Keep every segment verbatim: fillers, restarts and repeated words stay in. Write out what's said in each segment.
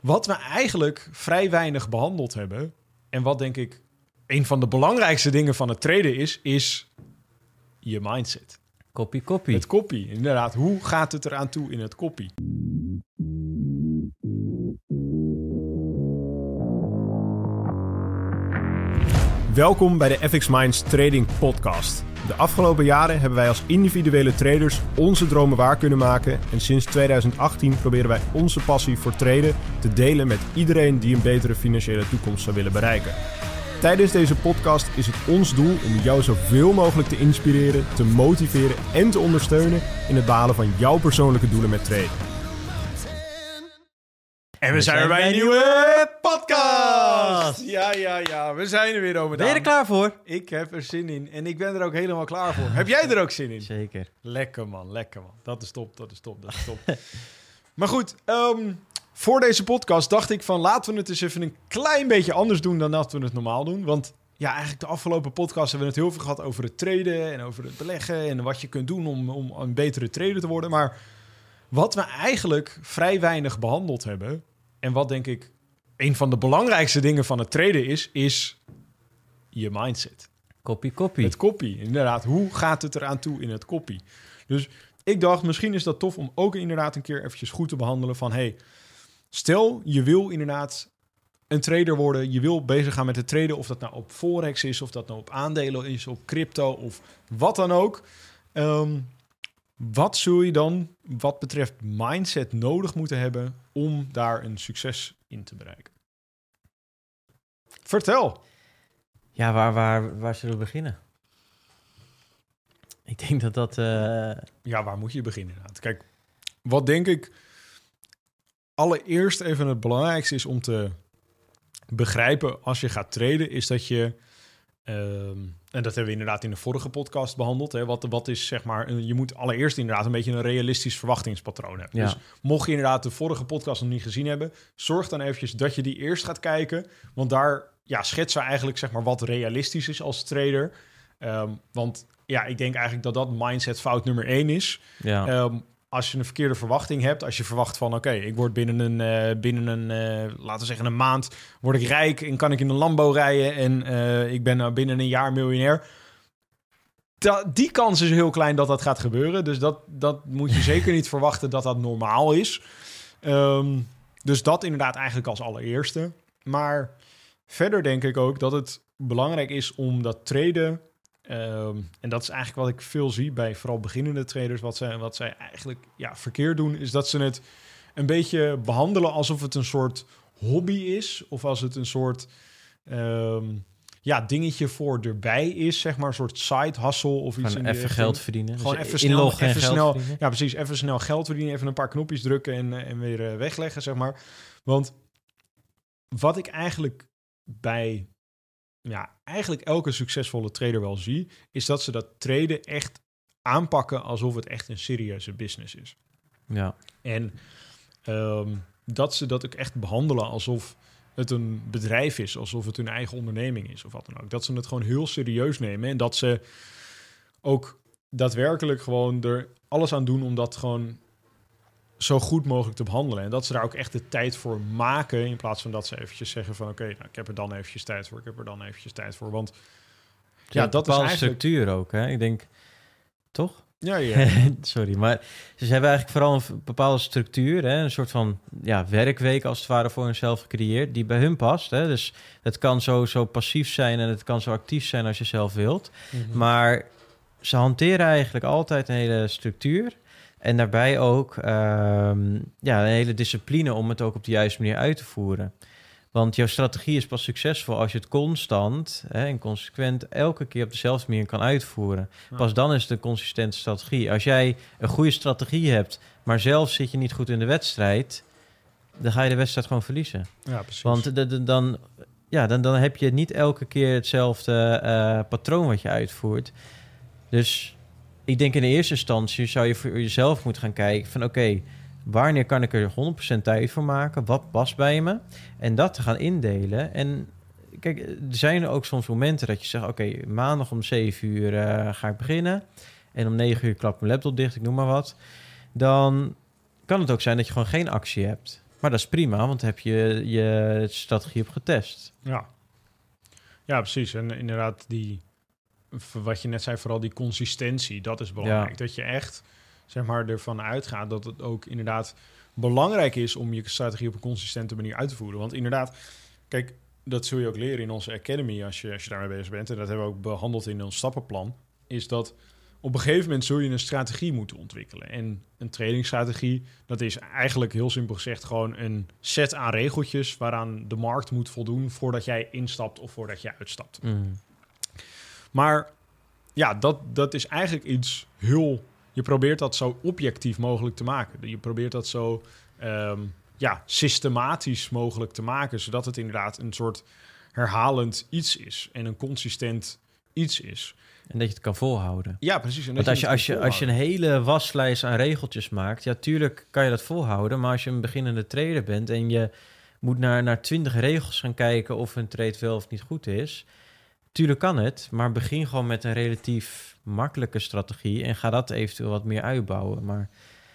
Wat we eigenlijk vrij weinig behandeld hebben, en wat denk ik een van de belangrijkste dingen van het traden is, is je mindset. Koppie, koppie. Het koppie, inderdaad. Hoe gaat het eraan toe in het koppie? Welkom bij de F X Minds Trading Podcast. De afgelopen jaren hebben wij als individuele traders onze dromen waar kunnen maken. En sinds twintig achttien proberen wij onze passie voor traden te delen met iedereen die een betere financiële toekomst zou willen bereiken. Tijdens deze podcast is het ons doel om jou zoveel mogelijk te inspireren, te motiveren en te ondersteunen in het behalen van jouw persoonlijke doelen met traden. En we zijn er bij een nieuwe podcast! Ja, ja, ja. We zijn er weer over. Ben je er klaar voor? Ik heb er zin in. En ik ben er ook helemaal klaar voor. Heb jij er ook zin in? Zeker. Lekker man, lekker man. Dat is top, dat is top, dat is top. Maar goed, um, voor deze podcast dacht ik van laten we het eens even een klein beetje anders doen dan dat we het normaal doen. Want ja, eigenlijk de afgelopen podcast hebben we het heel veel gehad over het traden en over het beleggen en wat je kunt doen om, om een betere trader te worden. Maar wat we eigenlijk vrij weinig behandeld hebben, en wat denk ik een van de belangrijkste dingen van het traden is, is je mindset. Koppie, koppie. Het koppie, inderdaad. Hoe gaat het eraan toe in het koppie? Dus ik dacht, misschien is dat tof om ook inderdaad een keer eventjes goed te behandelen van, hey, stel je wil inderdaad een trader worden, je wil bezig gaan met het traden, of dat nou op Forex is, of dat nou op aandelen is, op crypto, of wat dan ook. Um, wat zul je dan, wat betreft mindset, nodig moeten hebben om daar een succes in te bereiken? Vertel. Ja, waar, waar, waar zullen we beginnen? Ik denk dat dat... Uh... Ja, waar moet je beginnen? Inderdaad? Kijk, wat denk ik allereerst even het belangrijkste is om te begrijpen als je gaat traden, is dat je, um, en dat hebben we inderdaad in de vorige podcast behandeld, hè, wat, wat is zeg maar, je moet allereerst inderdaad een beetje een realistisch verwachtingspatroon hebben. Ja. Dus mocht je inderdaad de vorige podcast nog niet gezien hebben, zorg dan eventjes dat je die eerst gaat kijken, want daar ja, schetsen we eigenlijk zeg maar wat realistisch is als trader. Um, want ja, ik denk eigenlijk dat dat mindset fout nummer één is. Ja. Um, als je een verkeerde verwachting hebt, als je verwacht van, oké, okay, ik word binnen een, uh, binnen een uh, laten we zeggen een maand, word ik rijk en kan ik in een Lambo rijden en uh, ik ben uh, binnen een jaar miljonair. Da- die kans is heel klein dat dat gaat gebeuren. Dus dat, dat moet je zeker niet verwachten dat dat normaal is. Um, dus dat inderdaad eigenlijk als allereerste. Maar verder denk ik ook dat het belangrijk is om dat traden, Um, en dat is eigenlijk wat ik veel zie bij vooral beginnende traders. Wat zij, wat zij eigenlijk ja, verkeerd doen, is dat ze het een beetje behandelen alsof het een soort hobby is. Of als het een soort um, ja, dingetje voor erbij is, zeg maar. Een soort side hustle of iets. Gewoon even geld verdienen. Gewoon dus even snel, inloggen even en geld snel, verdienen. ja, precies. Even snel geld verdienen, even een paar knopjes drukken en, en weer uh, wegleggen, zeg maar. Want wat ik eigenlijk bij ja, eigenlijk elke succesvolle trader wel zie, is dat ze dat traden echt aanpakken alsof het echt een serieuze business is. Ja. En um, dat ze dat ook echt behandelen alsof het een bedrijf is, alsof het hun eigen onderneming is of wat dan ook. Dat ze het gewoon heel serieus nemen en dat ze ook daadwerkelijk gewoon er alles aan doen om dat gewoon zo goed mogelijk te behandelen. En dat ze daar ook echt de tijd voor maken, in plaats van dat ze eventjes zeggen van oké, okay, nou, ik heb er dan eventjes tijd voor, ik heb er dan eventjes tijd voor. Want ja, ja dat is eigenlijk structuur ook, hè? Ik denk, toch? Ja, ja. Sorry, maar ze hebben eigenlijk vooral een bepaalde structuur, hè? Een soort van ja, werkweek als het ware voor hunzelf gecreëerd, die bij hun past. Hè? Dus het kan zo, zo passief zijn en het kan zo actief zijn als je zelf wilt. Mm-hmm. Maar ze hanteren eigenlijk altijd een hele structuur. En daarbij ook um, ja, een hele discipline om het ook op de juiste manier uit te voeren. Want jouw strategie is pas succesvol als je het constant hè, en consequent elke keer op dezelfde manier kan uitvoeren. Ja. Pas dan is het een consistente strategie. Als jij een goede strategie hebt, maar zelf zit je niet goed in de wedstrijd, dan ga je de wedstrijd gewoon verliezen. Ja, precies. Want de, de, dan, ja, dan, dan heb je niet elke keer hetzelfde uh, patroon wat je uitvoert. Dus ik denk in de eerste instantie zou je voor jezelf moeten gaan kijken van oké, okay, wanneer kan ik er honderd procent tijd voor maken? Wat past bij me? En dat te gaan indelen. En kijk, er zijn ook soms momenten dat je zegt oké, okay, maandag om zeven uur uh, ga ik beginnen en om negen uur klap mijn laptop dicht, ik noem maar wat. Dan kan het ook zijn dat je gewoon geen actie hebt. Maar Maar dat is prima, want heb je je strategie op getest. Ja. Ja, precies. En inderdaad, die, wat je net zei, vooral die consistentie, dat is belangrijk. Ja. Dat je echt, zeg maar, ervan uitgaat dat het ook inderdaad belangrijk is om je strategie op een consistente manier uit te voeren. Want inderdaad, kijk, dat zul je ook leren in onze Academy als je, als je daarmee bezig bent. En dat hebben we ook behandeld in ons stappenplan. Is dat op een gegeven moment zul je een strategie moeten ontwikkelen. En een trainingsstrategie, dat is eigenlijk heel simpel gezegd gewoon een set aan regeltjes waaraan de markt moet voldoen voordat jij instapt of voordat jij uitstapt. Mm. Maar ja, dat, dat is eigenlijk iets heel... Je probeert dat zo objectief mogelijk te maken. Je probeert dat zo um, ja, systematisch mogelijk te maken, zodat het inderdaad een soort herhalend iets is en een consistent iets is. En dat je het kan volhouden. Ja, precies. En Want als je, als, je, als je een hele waslijst aan regeltjes maakt, ja, tuurlijk kan je dat volhouden. Maar als je een beginnende trader bent en je moet naar, naar twintig regels gaan kijken of een trade wel of niet goed is, tuurlijk kan het, maar begin gewoon met een relatief makkelijke strategie en ga dat eventueel wat meer uitbouwen. Maar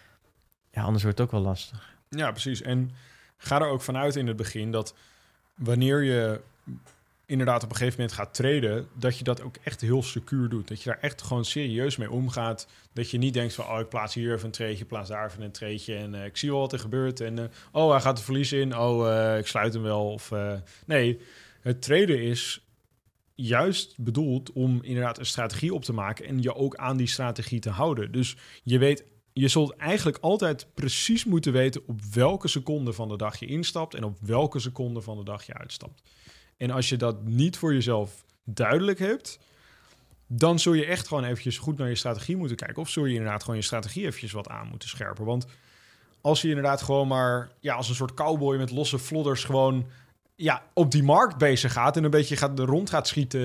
ja, anders wordt het ook wel lastig. Ja, precies. En ga er ook vanuit in het begin dat wanneer je inderdaad op een gegeven moment gaat traden, dat je dat ook echt heel secuur doet. Dat je daar echt gewoon serieus mee omgaat. Dat je niet denkt van, oh, ik plaats hier even een treetje, plaats daar even een treetje en uh, ik zie wel wat er gebeurt. En uh, oh, hij gaat er verlies in. Oh, uh, ik sluit hem wel. Of uh, nee, het traden is juist bedoeld om inderdaad een strategie op te maken en je ook aan die strategie te houden. Dus je weet, je zult eigenlijk altijd precies moeten weten op welke seconde van de dag je instapt en op welke seconde van de dag je uitstapt. En als je dat niet voor jezelf duidelijk hebt, dan zul je echt gewoon eventjes goed naar je strategie moeten kijken. Of zul je inderdaad gewoon je strategie eventjes wat aan moeten scherpen. Want als je inderdaad gewoon maar ja, als een soort cowboy met losse flodders gewoon ja, op die markt bezig gaat en een beetje gaat, rond gaat schieten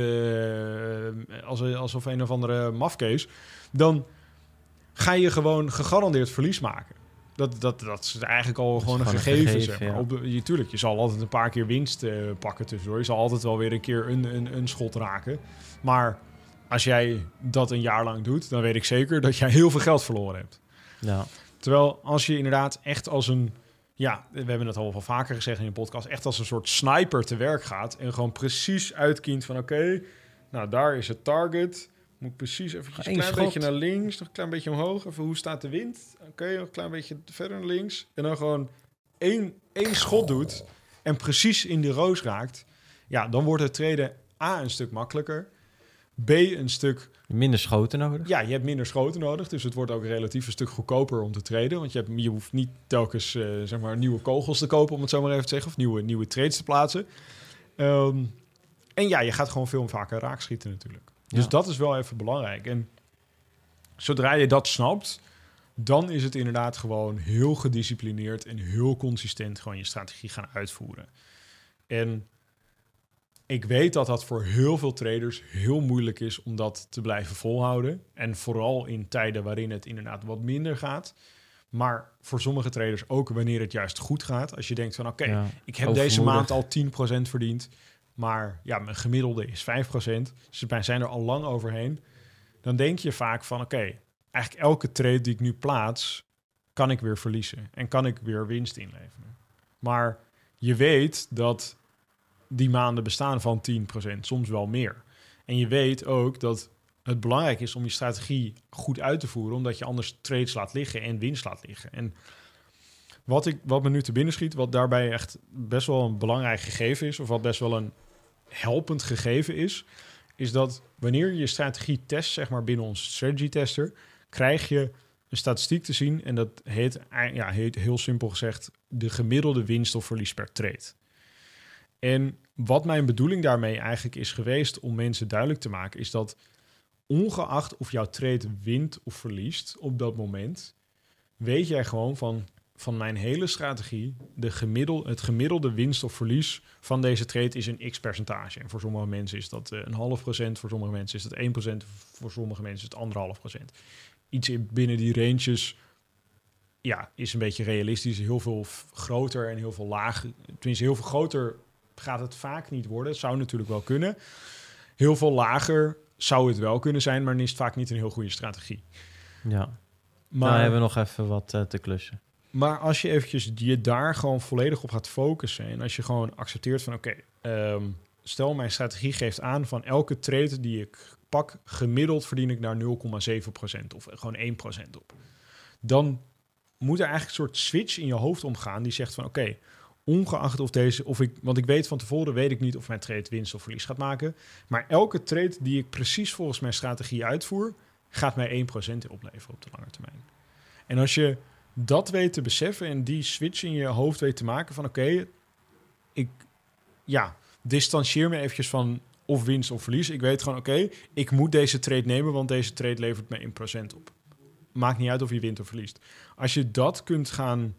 uh, als, alsof een of andere mafkees, dan ga je gewoon gegarandeerd verlies maken. Dat, dat, dat is eigenlijk al gewoon een gegeven. Een gegeven zeg maar. Ja. Op, je, tuurlijk, je zal altijd een paar keer winst uh, pakken tussendoor. Je zal altijd wel weer een keer een, een, een schot raken. Maar als jij dat een jaar lang doet, dan weet ik zeker dat jij heel veel geld verloren hebt. Ja. Terwijl als je inderdaad echt als een... Ja, we hebben het al wel vaker gezegd in de podcast. Echt als een soort sniper te werk gaat. En gewoon precies uitkient van oké, okay, nou daar is het target. Moet precies eventjes een klein schot. beetje naar links. Nog een klein beetje omhoog. Even hoe staat de wind? Oké, okay, nog een klein beetje verder naar links. En dan gewoon één, één schot doet. En precies in de roos raakt. Ja, dan wordt het traden A een stuk makkelijker. B een stuk... Minder schoten nodig. Ja, je hebt minder schoten nodig. Dus het wordt ook relatief een stuk goedkoper om te traden. Want je, hebt, je hoeft niet telkens uh, zeg maar nieuwe kogels te kopen, om het zo maar even te zeggen. Of nieuwe, nieuwe trades te plaatsen. Um, en ja, je gaat gewoon veel vaker raakschieten natuurlijk. Dus ja. Dat is wel even belangrijk. En zodra je dat snapt, dan is het inderdaad gewoon heel gedisciplineerd en heel consistent gewoon je strategie gaan uitvoeren. En ik weet dat dat voor heel veel traders heel moeilijk is om dat te blijven volhouden. En vooral in tijden waarin het inderdaad wat minder gaat. Maar voor sommige traders ook wanneer het juist goed gaat. Als je denkt van oké, okay, ja, ik heb deze maand al tien procent verdiend. Maar ja, mijn gemiddelde is vijf procent. Dus wij zijn er al lang overheen. Dan denk je vaak van oké, okay, eigenlijk elke trade die ik nu plaats, kan ik weer verliezen. En kan ik weer winst inleveren. Maar je weet dat die maanden bestaan van tien procent, soms wel meer. En je weet ook dat het belangrijk is om je strategie goed uit te voeren, omdat je anders trades laat liggen en winst laat liggen. En wat, ik, wat me nu te binnen schiet, wat daarbij echt best wel een belangrijk gegeven is, of wat best wel een helpend gegeven is, is dat wanneer je je strategie test, zeg maar binnen onze strategy tester, krijg je een statistiek te zien en dat heet, ja, heet heel simpel gezegd de gemiddelde winst of verlies per trade. En wat mijn bedoeling daarmee eigenlijk is geweest om mensen duidelijk te maken, is dat ongeacht of jouw trade wint of verliest op dat moment, weet jij gewoon van, van mijn hele strategie, de gemiddel, het gemiddelde winst of verlies van deze trade is een x-percentage. En voor sommige mensen is dat een half procent, voor sommige mensen is dat één procent, voor sommige mensen is het anderhalf procent. Iets binnen die ranges, ja, is een beetje realistisch. Heel veel groter en heel veel lager. Tenminste, heel veel groter gaat het vaak niet worden. Het zou natuurlijk wel kunnen. Heel veel lager zou het wel kunnen zijn, maar dan is het vaak niet een heel goede strategie. Ja, maar nou hebben we nog even wat uh, te klussen. Maar als je eventjes je daar gewoon volledig op gaat focussen... en als je gewoon accepteert van... oké, okay, um, stel mijn strategie geeft aan van elke trade die ik pak... gemiddeld verdien ik daar nul komma zeven procent of gewoon één procent op. Dan moet er eigenlijk een soort switch in je hoofd omgaan... die zegt van oké, okay, ongeacht of deze... of ik, want ik weet van tevoren, weet ik niet of mijn trade winst of verlies gaat maken... maar elke trade die ik precies volgens mijn strategie uitvoer... gaat mij één procent opleveren op de lange termijn. En als je... dat weet te beseffen en die switch in je hoofd weet te maken van... oké, okay, ik ja, distancieer me eventjes van of winst of verlies. Ik weet gewoon, oké, okay, ik moet deze trade nemen... want deze trade levert me één procent op. Maakt niet uit of je wint of verliest. Als je dat kunt gaan...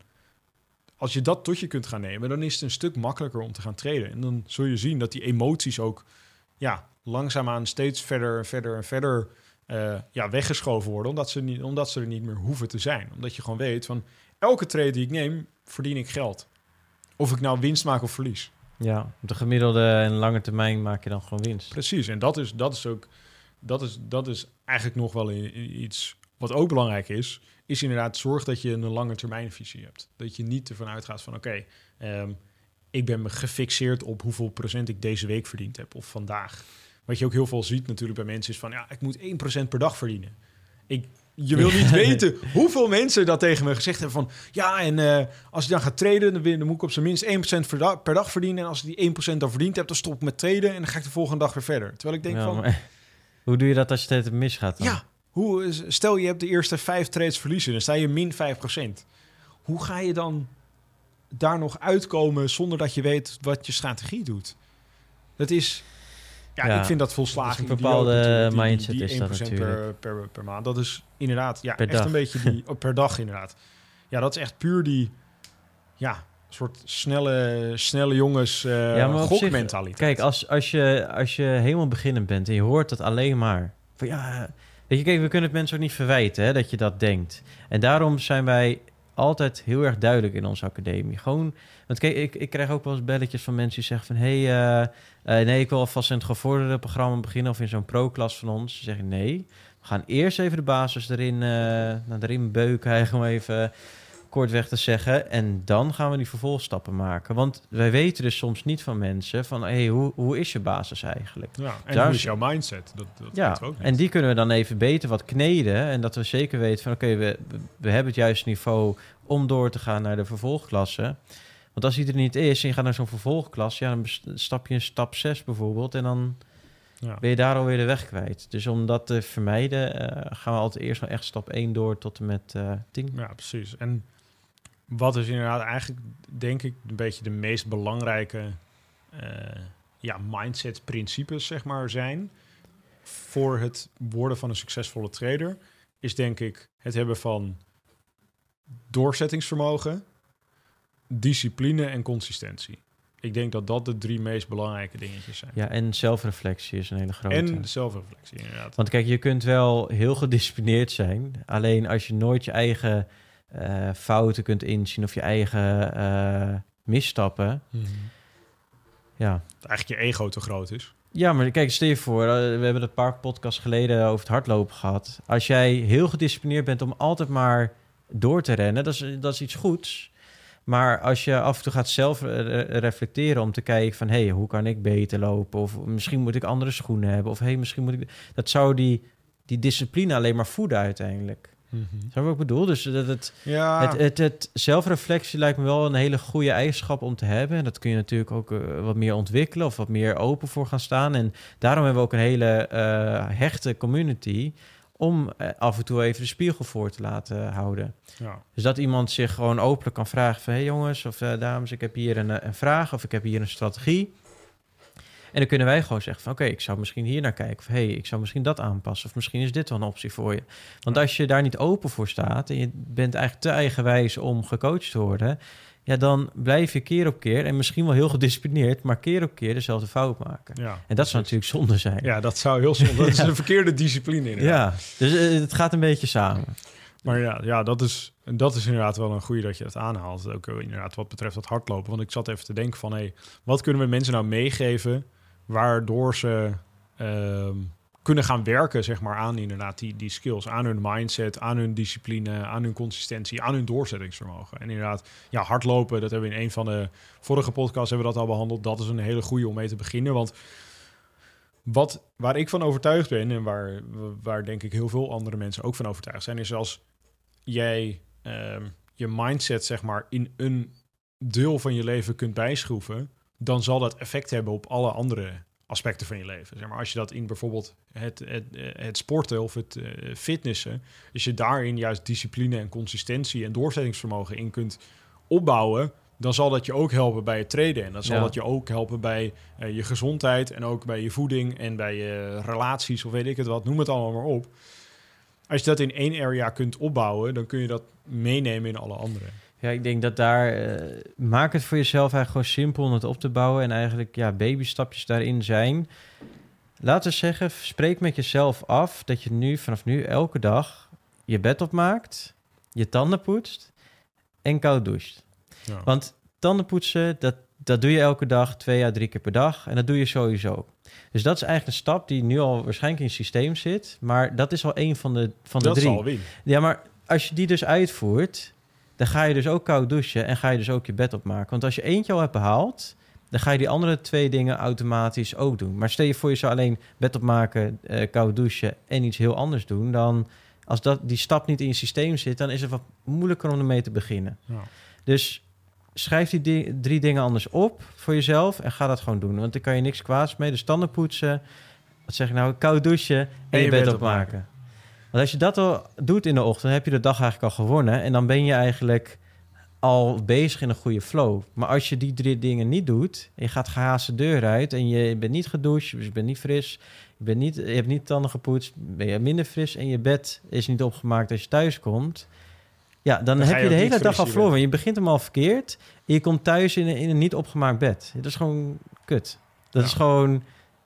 als je dat tot je kunt gaan nemen... dan is het een stuk makkelijker om te gaan traden. En dan zul je zien dat die emoties ook... ja, langzaamaan steeds verder en verder en verder... Uh, ja, weggeschoven worden, omdat ze, niet, omdat ze er niet meer hoeven te zijn. Omdat je gewoon weet van, elke trade die ik neem, verdien ik geld. Of ik nou winst maak of verlies. Ja, op de gemiddelde en lange termijn maak je dan gewoon winst. Precies, en dat is, dat is ook, dat is, dat is eigenlijk nog wel iets wat ook belangrijk is, is inderdaad zorg dat je een lange termijnvisie hebt. Dat je niet ervan uitgaat van, oké, okay, um, ik ben me gefixeerd op hoeveel procent ik deze week verdiend heb, of vandaag. Wat je ook heel veel ziet natuurlijk bij mensen is van... ja, ik moet één procent per dag verdienen. Ik, je wil niet weten hoeveel mensen dat tegen me gezegd hebben van... ja, en uh, als ik dan ga traden, dan, dan moet ik op zijn minst één procent per, da- per dag verdienen. En als ik die één procent dan verdiend heb, dan stop ik met traden... en dan ga ik de volgende dag weer verder. Terwijl ik denk ja, van... Maar, hoe doe je dat als je het misgaat dan? Ja, hoe, stel je hebt de eerste vijf trades verliezen... dan sta je min vijf procent. Hoe ga je dan daar nog uitkomen zonder dat je weet wat je strategie doet? Dat is... Ja, ja, ik vind dat volslagen een bepaalde die, mindset die, die is dat natuurlijk. Per, per, per maand. Dat is inderdaad ja, per echt dag. een beetje die... Oh, per dag inderdaad. Ja, dat is echt puur die... Ja, soort snelle, snelle jongens uh, ja, gokmentaliteit. Kijk, als, als, je, als je helemaal beginnend bent en je hoort dat alleen maar... Van, ja, weet je, kijk, we kunnen het mensen ook niet verwijten hè, dat je dat denkt. En daarom zijn wij altijd heel erg duidelijk in onze academie. Gewoon... Want kijk, ik, ik krijg ook wel eens belletjes van mensen die zeggen van... hey, uh, uh, nee, ik wil alvast in het gevorderde programma beginnen... of in zo'n pro-klas van ons. Ze zeggen nee, we gaan eerst even de basis erin, uh, nou, erin beuken... om even kortweg te zeggen. En dan gaan we die vervolgstappen maken. Want wij weten dus soms niet van mensen... van hey, hoe, hoe is je basis eigenlijk? Ja, en Daar hoe is jouw mindset? Dat, dat ja, weten we ook niet. En die kunnen we dan even beter wat kneden... en dat we zeker weten van... oké, okay, we, we hebben het juiste niveau... om door te gaan naar de vervolgklasse... Want als die er niet is en je gaat naar zo'n vervolgklas... ja, dan stap je in stap zes bijvoorbeeld... en dan ja. ben je daar alweer de weg kwijt. Dus om dat te vermijden... Uh, gaan we altijd eerst wel echt stap één door tot en met uh, tien. Ja, precies. En wat is inderdaad eigenlijk, denk ik... een beetje de meest belangrijke uh, ja, mindset-principes, zeg maar, zijn... voor het worden van een succesvolle trader... is denk ik het hebben van doorzettingsvermogen... discipline en consistentie. Ik denk dat dat de drie meest belangrijke dingetjes zijn. Ja, en zelfreflectie is een hele grote. En zelfreflectie, inderdaad. Want kijk, je kunt wel heel gedisciplineerd zijn. Alleen als je nooit je eigen uh, fouten kunt inzien... of je eigen uh, misstappen... Mm-hmm. Ja. Dat eigenlijk je ego te groot is. Ja, maar kijk, stel je voor... Uh, we hebben het een paar podcasts geleden over het hardlopen gehad. Als jij heel gedisciplineerd bent om altijd maar door te rennen... dat is, dat is iets goeds... Maar als je af en toe gaat zelf re- reflecteren om te kijken van... hé, hey, hoe kan ik beter lopen? Of misschien moet ik andere schoenen hebben. Of hé, hey, misschien moet ik... Dat zou die, die discipline alleen maar voeden uiteindelijk. Mm-hmm. Zo wat ik bedoel. Dus dat het, ja. het, het, het zelfreflectie lijkt me wel een hele goede eigenschap om te hebben. En dat kun je natuurlijk ook uh, wat meer ontwikkelen... of wat meer open voor gaan staan. En daarom hebben we ook een hele uh, hechte community... om uh, af en toe even de spiegel voor te laten houden. Ja. Dus dat iemand zich gewoon openlijk kan vragen van... hé hey jongens of uh, dames, ik heb hier een, een vraag... of ik heb hier een strategie. En dan kunnen wij gewoon zeggen van... oké, okay, ik zou misschien hier naar kijken... of hé, hey, ik zou misschien dat aanpassen... of misschien is dit wel een optie voor je. Want ja. als je daar niet open voor staat... en je bent eigenlijk te eigenwijs om gecoacht te worden... ja, dan blijf je keer op keer... en misschien wel heel gedisciplineerd... maar keer op keer dezelfde fout maken. Ja, en dat zou natuurlijk zonde zijn. Ja, dat zou heel zonde... Dat is een verkeerde discipline inderdaad. Ja, dus uh, het gaat een beetje samen. Maar ja, ja dat, is, dat is inderdaad wel een goede dat je dat aanhaalt. Ook inderdaad wat betreft dat hardlopen. Want ik zat even te denken van... hé, hey, wat kunnen we mensen nou meegeven... waardoor ze uh, kunnen gaan werken, zeg maar, aan inderdaad die, die skills, aan hun mindset, aan hun discipline, aan hun consistentie, aan hun doorzettingsvermogen. En inderdaad, ja, hardlopen, dat hebben we in een van de vorige podcasts hebben we dat al behandeld. Dat is een hele goede om mee te beginnen, want wat, waar ik van overtuigd ben en waar, waar denk ik heel veel andere mensen ook van overtuigd zijn, is als jij um, je mindset, zeg maar, in een deel van je leven kunt bijschroeven, dan zal dat effect hebben op alle andere aspecten van je leven. Zeg maar, als je dat in bijvoorbeeld het, het, het sporten of het uh, fitnessen, als je daarin juist discipline en consistentie en doorzettingsvermogen in kunt opbouwen, dan zal dat je ook helpen bij het trainen. En dan zal Ja. dat je ook helpen bij uh, je gezondheid en ook bij je voeding en bij je relaties of weet ik het wat. Noem het allemaal maar op. Als je dat in één area kunt opbouwen, dan kun je dat meenemen in alle andere. Ja, ik denk dat daar... Uh, maak het voor jezelf eigenlijk gewoon simpel om het op te bouwen. En eigenlijk, ja, babystapjes daarin zijn. Laten we zeggen, spreek met jezelf af dat je nu, vanaf nu, elke dag je bed opmaakt, je tanden poetst en koud doucht. Ja. Want tanden poetsen, dat, dat doe je elke dag, twee à drie keer per dag. En dat doe je sowieso. Dus dat is eigenlijk een stap die nu al waarschijnlijk in je systeem zit. Maar dat is al een van de, van de dat drie. zal winnen. Ja, maar als je die dus uitvoert, dan ga je dus ook koud douchen en ga je dus ook je bed opmaken. Want als je eentje al hebt behaald, dan ga je die andere twee dingen automatisch ook doen. Maar stel je voor je zou alleen bed opmaken, uh, koud douchen en iets heel anders doen, dan als dat, die stap niet in je systeem zit, dan is het wat moeilijker om ermee te beginnen. Ja. Dus schrijf die di- drie dingen anders op voor jezelf en ga dat gewoon doen. Want dan kan je niks kwaads mee. Dus tanden poetsen, wat zeg ik nou, koud douchen en, en je, je bed, bed opmaken. opmaken. Want als je dat al doet in de ochtend, heb je de dag eigenlijk al gewonnen. En dan ben je eigenlijk al bezig in een goede flow. Maar als je die drie dingen niet doet, en je gaat gehaast de deur uit en je bent niet gedoucht, dus je bent niet fris, je, bent niet, je hebt niet tanden gepoetst, ben je minder fris en je bed is niet opgemaakt als je thuis komt, ja, dan, dan heb je, je de hele dag al verloren. Je begint hem al verkeerd en je komt thuis in een, in een niet opgemaakt bed. Dat is gewoon kut. Dat ja. is gewoon,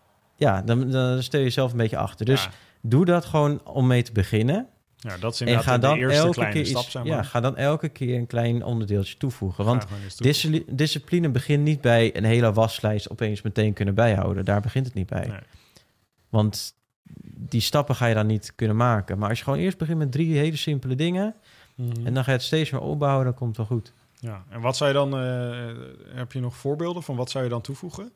ja, dan, dan stel je jezelf een beetje achter. Dus ja. doe dat gewoon om mee te beginnen. Ja, dat is inderdaad en ga dan de eerste kleine keer stap, zeg maar. Ja, ga dan elke keer een klein onderdeeltje toevoegen. Want discipline, discipline begint niet bij een hele waslijst opeens meteen kunnen bijhouden. Daar begint het niet bij. Nee. Want die stappen ga je dan niet kunnen maken. Maar als je gewoon eerst begint met drie hele simpele dingen, mm-hmm. en dan ga je het steeds meer opbouwen, dan komt het wel goed. Ja, en wat zou je dan, uh, heb je nog voorbeelden van wat zou je dan toevoegen?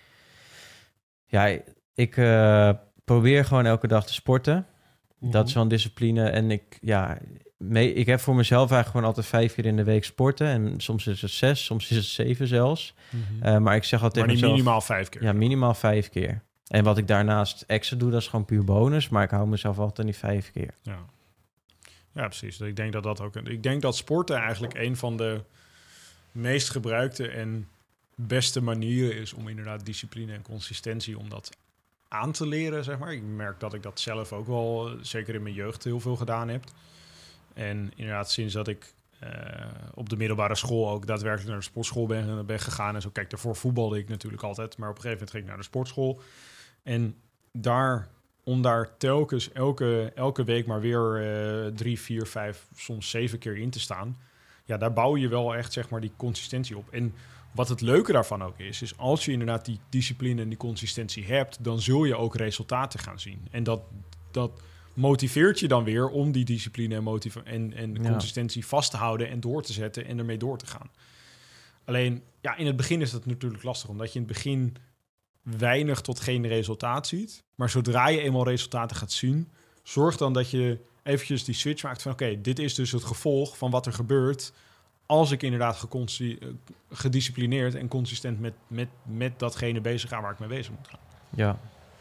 Ja, ik uh, probeer gewoon elke dag te sporten. Mm-hmm. Dat is wel een discipline. En ik, ja, mee, ik heb voor mezelf eigenlijk gewoon altijd vijf keer in de week sporten. En soms is het zes, soms is het zeven zelfs. Mm-hmm. Uh, maar ik zeg altijd maar mezelf, minimaal vijf keer? Ja, minimaal vijf keer. En wat ik daarnaast extra doe, dat is gewoon puur bonus. Maar ik hou mezelf altijd aan die vijf keer. Ja. Ja, precies. Ik denk dat dat ook. Ik denk dat sporten eigenlijk een van de meest gebruikte en beste manieren is om inderdaad discipline en consistentie om dat aan te leren, zeg maar. Ik merk dat ik dat zelf ook wel, zeker in mijn jeugd, heel veel gedaan heb. En inderdaad, sinds dat ik uh, op de middelbare school ook daadwerkelijk naar de sportschool ben, ben gegaan en zo. Kijk, daarvoor voetbalde ik natuurlijk altijd, maar op een gegeven moment ging ik naar de sportschool. En daar, om daar telkens elke, elke week maar weer uh, drie, vier, vijf, soms zeven keer in te staan, ja, daar bouw je wel echt, zeg maar, die consistentie op. En wat het leuke daarvan ook is, is als je inderdaad die discipline en die consistentie hebt, dan zul je ook resultaten gaan zien. En dat, dat motiveert je dan weer om die discipline en, motiva- en, en ja. consistentie vast te houden en door te zetten en ermee door te gaan. Alleen, ja, in het begin is dat natuurlijk lastig, omdat je in het begin weinig tot geen resultaat ziet. Maar zodra je eenmaal resultaten gaat zien, zorg dan dat je eventjes die switch maakt van oké, okay, dit is dus het gevolg van wat er gebeurt als ik inderdaad geconsi- gedisciplineerd en consistent met, met, met datgene bezig ga waar ik mee bezig moet gaan. Ja.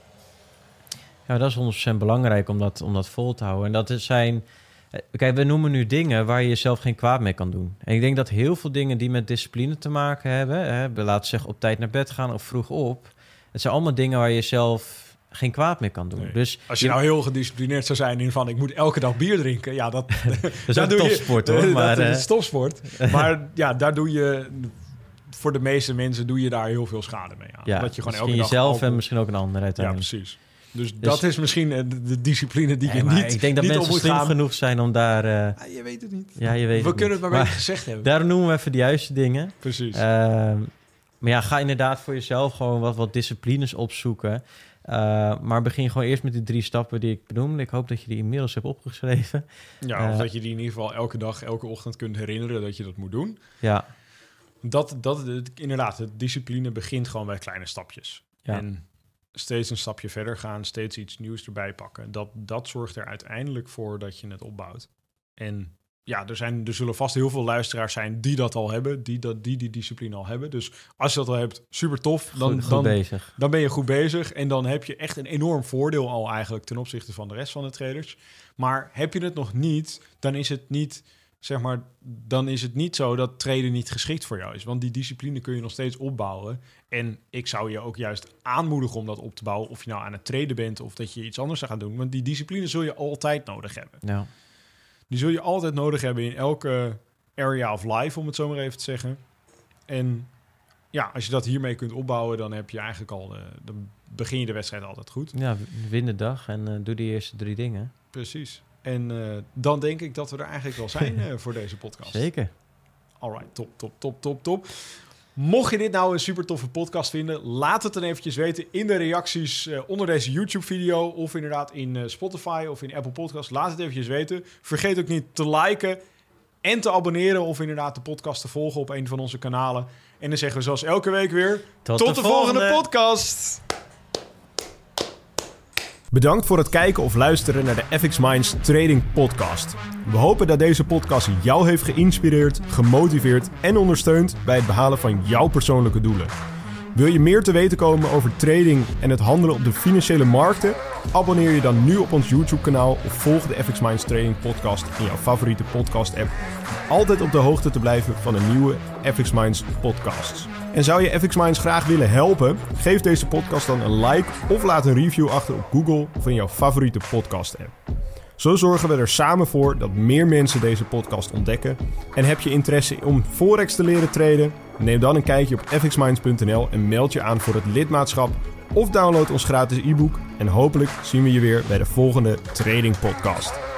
Ja, dat is honderd procent belangrijk om dat, om dat vol te houden. En dat is zijn... Kijk, we noemen nu dingen waar je jezelf geen kwaad mee kan doen. En ik denk dat heel veel dingen die met discipline te maken hebben, hè, laten we zeggen op tijd naar bed gaan of vroeg op, het zijn allemaal dingen waar je zelf geen kwaad mee kan doen. Nee. Dus als je, je nou heel gedisciplineerd zou zijn in van ik moet elke dag bier drinken, ja, dat, dat is een topsport hoor. Maar, dat is topsport. Maar ja, daar doe je voor de meeste mensen doe je daar heel veel schade mee aan. Ja, dat je gewoon elke dag jezelf alcohol... en misschien ook een ander uiteindelijk. Ja, precies. Dus, dus dat is misschien de, de discipline die je nee, niet ik denk dat niet mensen slim gaan. genoeg zijn om daar... Uh... Ja, je weet het niet. Ja, je weet we het kunnen niet. het maar, maar gezegd hebben. Daarom noemen we even de juiste dingen. Precies. Uh, maar ja, ga inderdaad voor jezelf gewoon wat, wat disciplines opzoeken. Uh, maar begin gewoon eerst met die drie stappen die ik benoemde. Ik hoop dat je die inmiddels hebt opgeschreven. Ja, of uh, dat je die in ieder geval elke dag, elke ochtend kunt herinneren dat je dat moet doen. Ja. Dat, dat, inderdaad, de discipline begint gewoon bij kleine stapjes. Ja. En steeds een stapje verder gaan, steeds iets nieuws erbij pakken. Dat, dat zorgt er uiteindelijk voor dat je het opbouwt. En ja, er, zijn, er zullen vast heel veel luisteraars zijn die dat al hebben, die dat, die, die discipline al hebben. Dus als je dat al hebt, super tof. Dan, goed, goed dan, bezig. dan ben je goed bezig en dan heb je echt een enorm voordeel al eigenlijk ten opzichte van de rest van de traders. Maar heb je het nog niet, dan is het niet, zeg maar, dan is het niet zo dat traden niet geschikt voor jou is. Want die discipline kun je nog steeds opbouwen. En ik zou je ook juist aanmoedigen om dat op te bouwen, of je nou aan het traden bent of dat je iets anders zou gaan doen. Want die discipline zul je altijd nodig hebben. Ja. Die zul je altijd nodig hebben in elke area of life, om het zo maar even te zeggen. En ja, als je dat hiermee kunt opbouwen, dan heb je eigenlijk al, de, dan begin je de wedstrijd altijd goed. Ja, win de dag en uh, doe die eerste drie dingen. Precies. En uh, dan denk ik dat we er eigenlijk wel zijn uh, voor deze podcast. Zeker. Alright, top, top, top, top, top. Mocht je dit nou een super toffe podcast vinden, laat het dan eventjes weten in de reacties uh, onder deze YouTube-video of inderdaad in uh, Spotify of in Apple Podcasts. Laat het eventjes weten. Vergeet ook niet te liken en te abonneren of inderdaad de podcast te volgen op een van onze kanalen. En dan zeggen we zoals elke week weer, tot, tot de, de volgende. volgende podcast! Bedankt voor het kijken of luisteren naar de F X Minds Trading Podcast. We hopen dat deze podcast jou heeft geïnspireerd, gemotiveerd en ondersteund bij het behalen van jouw persoonlijke doelen. Wil je meer te weten komen over trading en het handelen op de financiële markten? Abonneer je dan nu op ons YouTube-kanaal of volg de F X Minds Trading Podcast in jouw favoriete podcast-app. Altijd op de hoogte te blijven van de nieuwe F X Minds podcasts. En zou je F X Minds graag willen helpen? Geef deze podcast dan een like of laat een review achter op Google of in jouw favoriete podcast-app. Zo zorgen we er samen voor dat meer mensen deze podcast ontdekken. En heb je interesse om Forex te leren traden? Neem dan een kijkje op f x minds punt n l en meld je aan voor het lidmaatschap. Of download ons gratis e-book. En hopelijk zien we je weer bij de volgende Trading Podcast.